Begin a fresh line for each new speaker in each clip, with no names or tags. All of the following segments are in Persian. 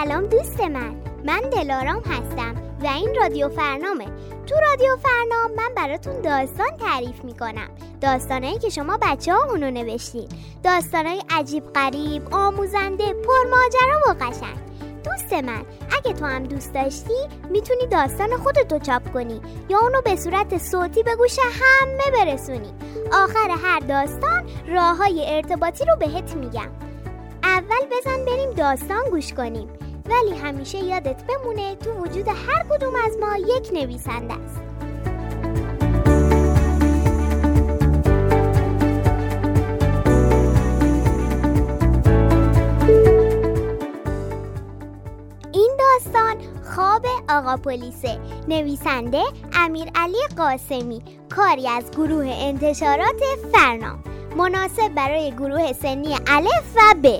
سلام دوست من دلارام هستم و این رادیو فرنامه. تو رادیو فرنام من براتون داستان تعریف میکنم، داستانایی که شما بچه‌ها اونو نوشتین، داستانای عجیب غریب، آموزنده، پرماجرا و قشنگ. دوست من، اگه تو هم دوست داشتی میتونی داستان خودتو چاپ کنی یا اونو به صورت صوتی به گوش همه برسونی. آخر هر داستان راههای ارتباطی رو بهت میگم. اول بزن بریم داستان گوش کنیم، ولی همیشه یادت بمونه تو وجود هر کدوم از ما یک نویسنده است. این داستان خواب آقا پلیسه، نویسنده امیرعلی قاسمی، کاری از گروه انتشارات فرنام، مناسب برای گروه سنی الف و ب.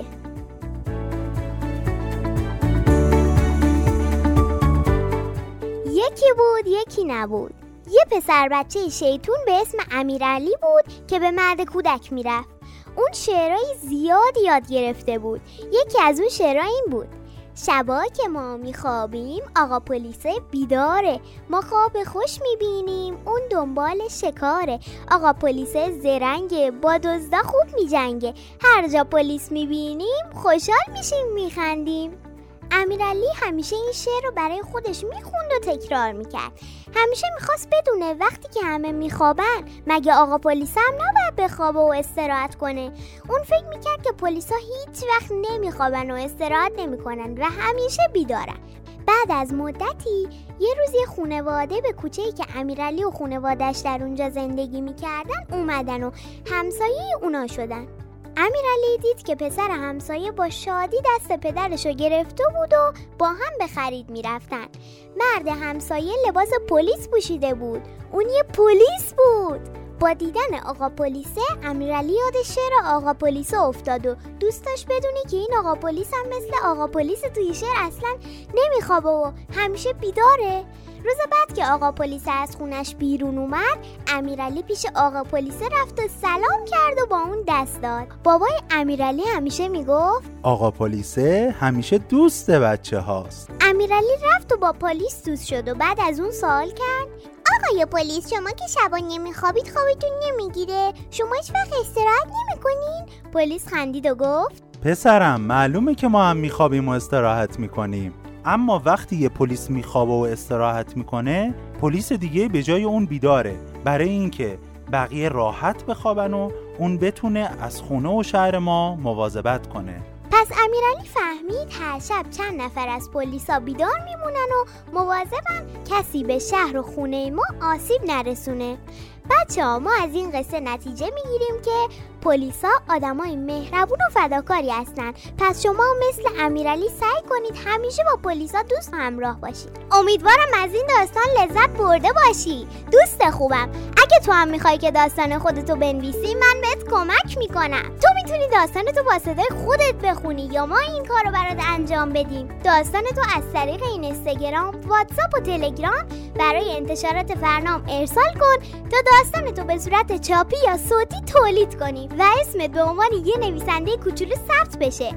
یکی بود یکی نبود. یه پسر بچه شیطون به اسم امیرعلی بود که به مهد کودک میرفت. اون شعرهای زیادی یاد گرفته بود. یکی از اون شعرها این بود: شبا که ما میخوابیم آقا پلیسه بیداره، ما خواب خوش میبینیم اون دنبال شکاره. آقا پلیسه زرنگه، با دزدا خوب میجنگه، هر جا پلیس میبینیم خوشحال میشیم میخندیم. امیرعلی همیشه این شعر رو برای خودش میخوند و تکرار میکرد. همیشه میخواست بدونه وقتی که همه میخوابن مگه آقا پلیس هم نباید بخوابه و استراحت کنه. اون فکر میکرد که پلیسا هیچ وقت نمیخوابن و استراحت نمیکنن و همیشه بیدارن. بعد از مدتی یه روز یه خانواده به کوچه‌ای که امیرعلی و خانواده‌اش در اونجا زندگی میکردن اومدن و همسایه اونا شدن. امیرعلی دید که پسر همسایه با شادی دست پدرشو گرفته بود و با هم به خرید میرفتن. مرد همسایه لباس پلیس پوشیده بود، اون یه پلیس بود. با دیدن آقا پلیسه امیرعلی یاد شعر آقا پلیسه افتاد و دوست داشت بدونی که این آقا پلیس هم مثل آقا پلیس توی شعر اصلا نمیخوابه و همیشه بیداره. روز بعد که آقا پلیسه از خونش بیرون اومد، امیرعلی پیش آقا پلیسه رفت و سلام کرد و با اون دست داد. بابای امیرعلی همیشه میگفت
آقا پلیسه همیشه دوست بچه هاست.
امیرعلی رفت و با پلیس دوست شد و بعد از اون سوال کرد: آقای پلیس، شما که شبا نمیخوابید خوابتون نمیگیره؟ شما هیچ وقت استراحت نمیکنین؟ پلیس خندید و گفت:
پسرم، معلومه که ما هم میخوابیم و استراحت میکنیم، اما وقتی یه پلیس میخوابه و استراحت میکنه، پلیس دیگه به جای اون بیداره، برای اینکه بقیه راحت بخوابن و اون بتونه از خونه و شهر ما مواظبت کنه.
پس امیرعلی فهمید هر شب چند نفر از پلیسا بیدار میمونن و مواظبن کسی به شهر و خونه ما آسیب نرسونه. بچه‌ها، ما از این قصه نتیجه میگیریم که پلیسا آدمای مهربون و فداکاری هستن. پس شما مثل امیرعلی سعی کنید همیشه با پلیسا دوست و همراه باشید. امیدوارم از این داستان لذت برده باشی. دوست خوبم، اگه تو هم میخوای که داستان خودتو بنویسی من بهت کمک میکنم. تو میتونی داستانتو با صدای خودت بخونی یا ما این کارو برات انجام بدیم. داستانتو از طریق این اینستاگرام، واتساپ و تلگرام برای انتشارات فرنام ارسال کن تا داستانتو به صورت چاپی یا صوتی تولید کنی و اسمت به عنوان یه نویسنده کوچولو ثبت بشه.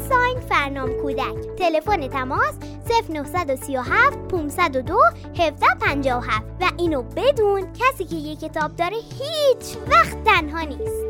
@فرنام کودک. تلفن تماس 0937 502 1757. و اینو بدون کسی که یه کتاب داره هیچ وقت تنها نیست.